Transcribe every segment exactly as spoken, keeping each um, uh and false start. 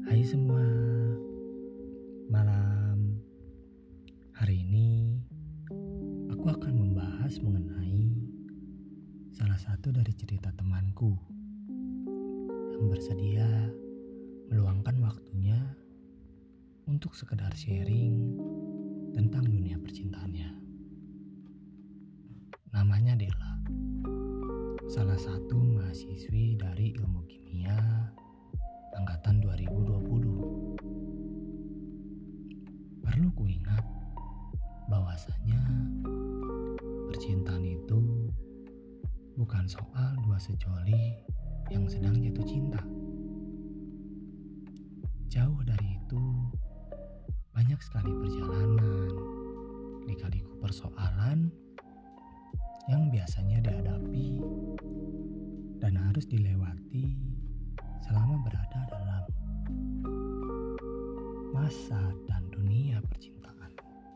Hai semua, malam. Hari ini aku akan membahas mengenai salah satu dari cerita temanku yang bersedia meluangkan waktunya untuk sekedar sharing tentang dunia percintaannya. Namanya Della, salah satu mahasiswi dari ilmu kimia angkatan dua ribu dua puluh. Perlu kuingat bahwasanya percintaan itu bukan soal dua sejoli yang sedang jatuh cinta. Jauh dari itu, banyak sekali perjalanan, lika-liku persoalan yang biasanya dihadapi dan harus dilewati selama berada dalam masa dan dunia percintaan.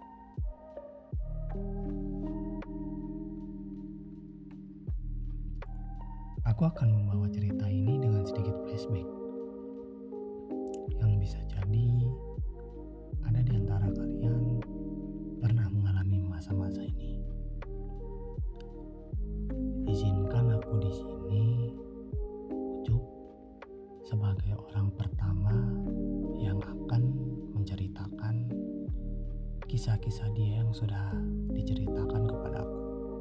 Aku akan membawa cerita ini dengan sedikit flashback yang bisa jadi ada di antara kalian pernah mengalami masa-masa ini. Izinkan aku di sini ujuk sebagai orang pertama yang akan menceritakan kisah-kisah dia yang sudah diceritakan kepadaku.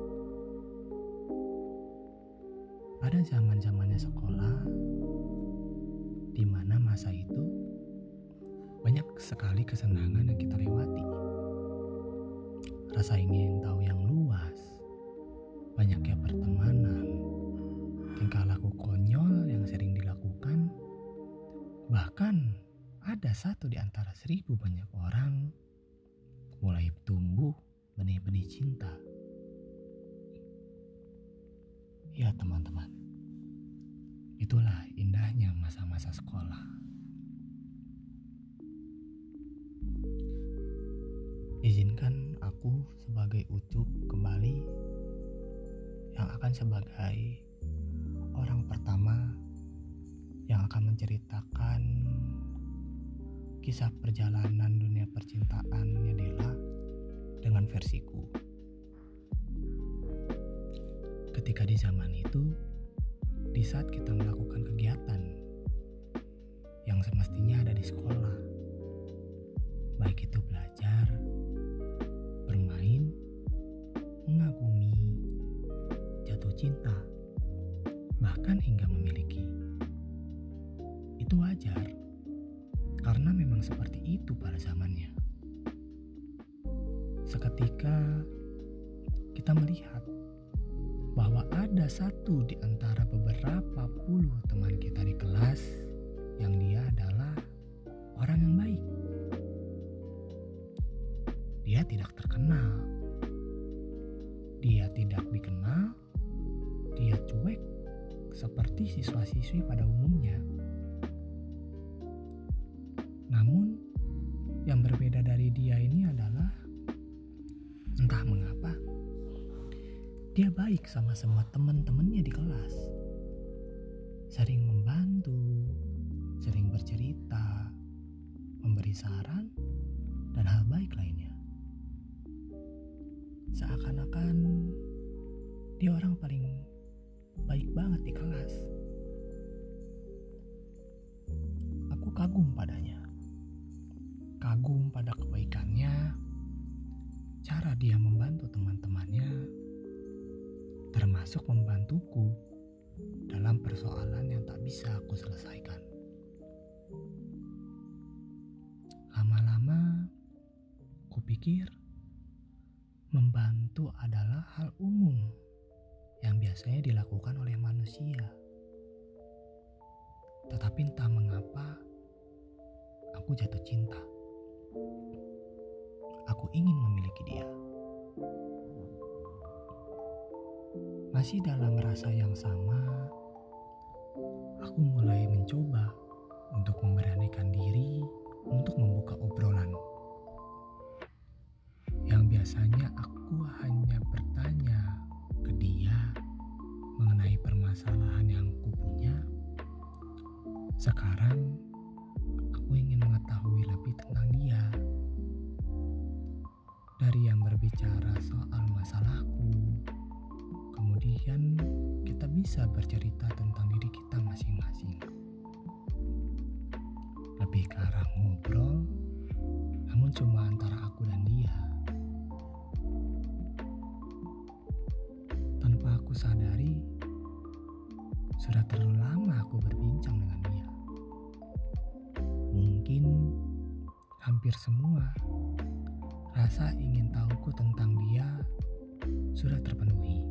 Pada zaman-zamannya sekolah, di mana masa itu banyak sekali kesenangan yang kita lewati. Rasa ingin tahu yang luas, banyaknya pertemanan, tingkah laku konyol yang sering dilakukan, bahkan ada satu di antara seribu banyak orang mulai tumbuh benih-benih cinta. Ya teman-teman, itulah indahnya masa-masa sekolah. Izinkan aku sebagai Ucup kembali yang akan sebagai orang pertama yang akan menceritakan kisah perjalanan dunia percintaannya Della dengan versiku. Ketika di zaman itu, di saat kita melakukan kegiatan yang semestinya ada di sekolah, baik itu belajar, bermain, mengagumi, jatuh cinta, bahkan hingga memiliki. Itu wajar, karena memang seperti itu pada zamannya. Seketika kita melihat bahwa ada satu di antara beberapa puluh teman kita di kelas yang dia adalah orang yang baik. Dia tidak terkenal, dia tidak dikenal, dia cuek seperti siswa-siswi pada umumnya. Namun yang berbeda dari dia ini adalah entah mengapa dia baik sama semua teman-temannya di kelas. Sering membantu, sering bercerita, memberi saran, dan hal baik lainnya. Seakan-akan dia orang paling baik banget di kelas. Aku kagum padanya. Kagum pada kebaikannya, cara dia membantu teman-temannya, termasuk membantuku dalam persoalan yang tak bisa aku selesaikan. Lama-lama, kupikir membantu adalah hal umum yang biasanya dilakukan oleh manusia. Tetapi entah mengapa, aku jatuh cinta. Aku ingin memiliki dia. Masih dalam rasa yang sama, aku mulai mencoba untuk memberanikan diri untuk membuka obrolan. Yang biasanya aku hanya bertanya ke dia mengenai permasalahan yang kupunya, sekarang aku lebih ke arah ngobrol, namun cuma antara aku dan dia. Tanpa aku sadari, sudah terlalu lama aku berbincang dengan dia. Mungkin hampir semua rasa ingin tahuku tentang dia sudah terpenuhi.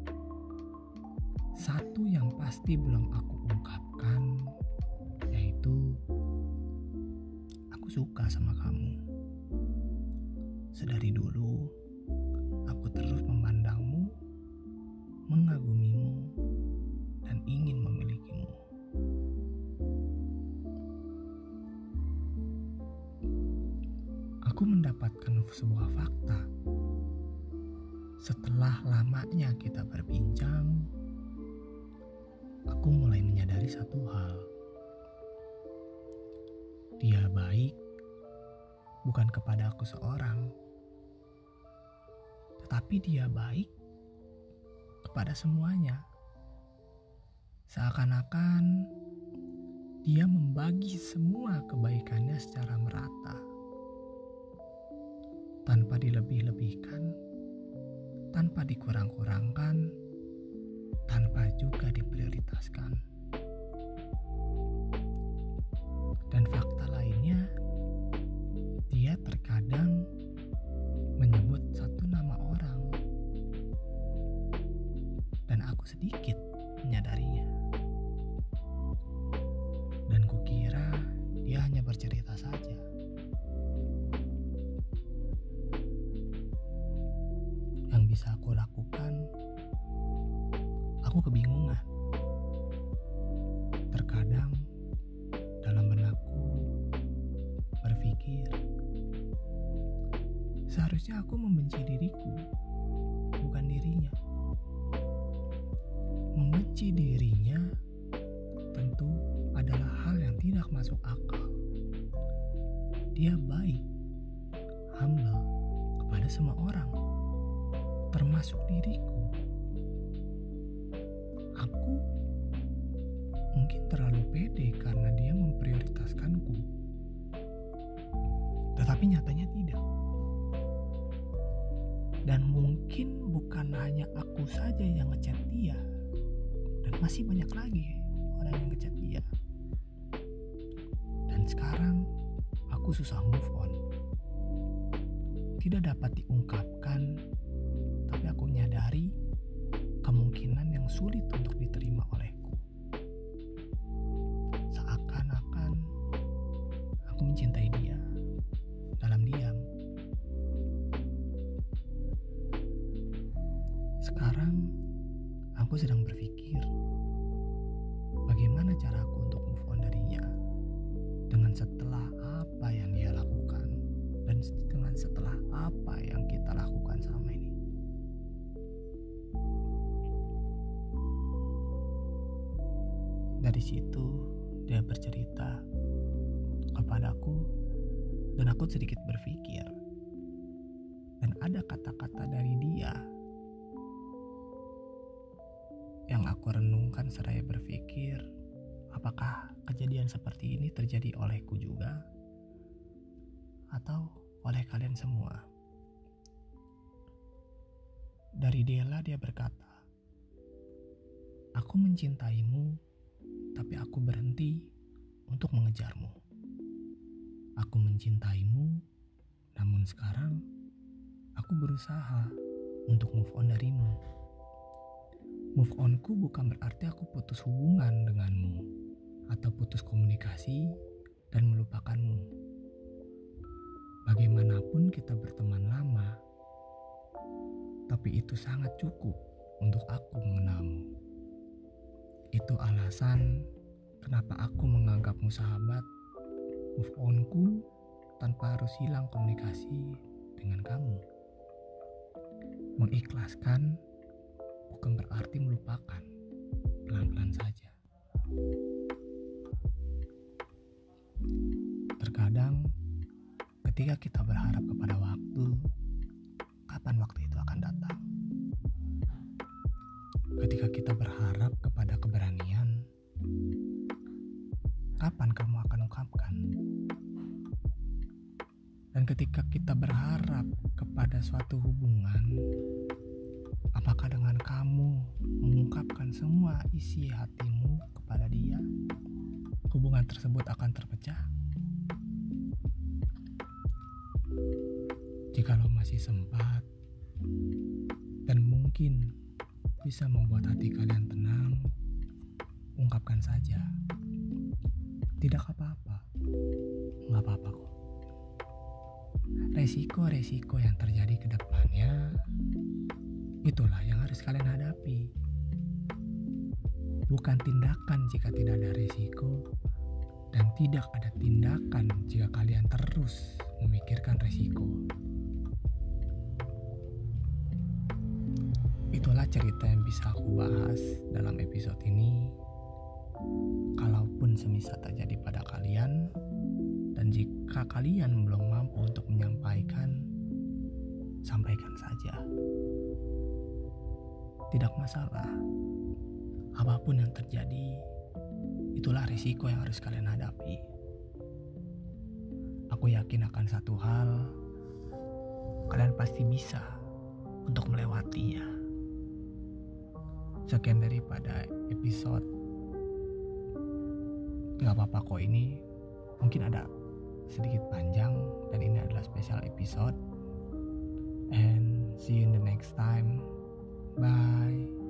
Satu yang pasti belum aku ungkapkan, yaitu aku suka sama kamu. Sedari dulu, aku terus memandangmu, mengagumimu, dan ingin memilikimu. Aku mendapatkan sebuah fakta. Setelah lamanya kita berbincang, aku mulai menyadari satu hal. Dia baik bukan kepada aku seorang, tetapi dia baik kepada semuanya. Seakan-akan dia membagi semua kebaikannya secara merata, tanpa dilebih-lebihkan, tanpa dikurang-kurangkan, tanpa juga diprioritaskan. Dan fakta lainnya, dia terkadang menyebut satu nama orang, dan aku sedikit menyadarinya. Dan kukira dia hanya bercerita saja. Yang bisa aku lakukan, aku kebingungan. Terkadang dalam benakku berpikir, seharusnya aku membenci diriku, bukan dirinya. Membenci dirinya tentu adalah hal yang tidak masuk akal. Dia baik, humble kepada semua orang, termasuk diriku. Aku mungkin terlalu pede karena dia memprioritaskanku, tetapi nyatanya tidak. Dan mungkin bukan hanya aku saja yang ngechat dia, dan masih banyak lagi orang yang ngechat dia. Dan sekarang aku susah move on. Tidak dapat diungkapkan, tapi aku menyadari kemungkinan yang sulit untuk diterima olehku. Seakan-akan aku mencintai dia dalam diam. Sekarang aku sedang berpikir, bagaimana caraku untuk move on darinya dengan setelah apa yang dia lakukan dan dengan setelah apa yang kita lakukan selama ini. Dari situ dia bercerita kepadaku dan aku sedikit berpikir. Dan ada kata-kata dari dia yang aku renungkan seraya berpikir, apakah kejadian seperti ini terjadi olehku juga atau oleh kalian semua. Dari Della dia berkata, aku mencintaimu, tapi aku berhenti untuk mengejarmu. Aku mencintaimu, namun sekarang aku berusaha untuk move on darimu. Move onku bukan berarti aku putus hubungan denganmu atau putus komunikasi dan melupakanmu. Bagaimanapun kita berteman lama, tapi itu sangat cukup untuk aku mengenalmu. Itu alasan kenapa aku menganggapmu sahabat. Move onku tanpa harus hilang komunikasi dengan kamu. Mengikhlaskan bukan berarti melupakan, pelan-pelan saja. Terkadang ketika kita berharap kepada waktu, kapan waktu itu akan datang? Ketika kita berharap kepada keberanian, kapan kamu akan ungkapkan? Dan ketika kita berharap kepada suatu hubungan, apakah dengan kamu mengungkapkan semua isi hatimu kepada dia, hubungan tersebut akan terpecah? Jikalau masih sempat dan mungkin bisa membuat hati kalian tenang, ungkapkan saja. Tidak apa-apa, nggak apa-apa kok. Resiko-resiko yang terjadi ke depannya, itulah yang harus kalian hadapi. Bukan tindakan jika tidak ada resiko, dan tidak ada tindakan jika kalian terus memikirkan resiko. Itulah cerita yang bisa aku bahas dalam episode ini. Kalaupun semisal terjadi pada kalian, dan jika kalian belum mampu untuk menyampaikan, sampaikan saja. Tidak masalah. Apapun yang terjadi, itulah risiko yang harus kalian hadapi. Aku yakin akan satu hal, kalian pasti bisa untuk melewatinya. Sekian daripada episode Gak apa-apa kok ini. Mungkin ada sedikit panjang, dan ini adalah special episode. And see you in the next time. Bye.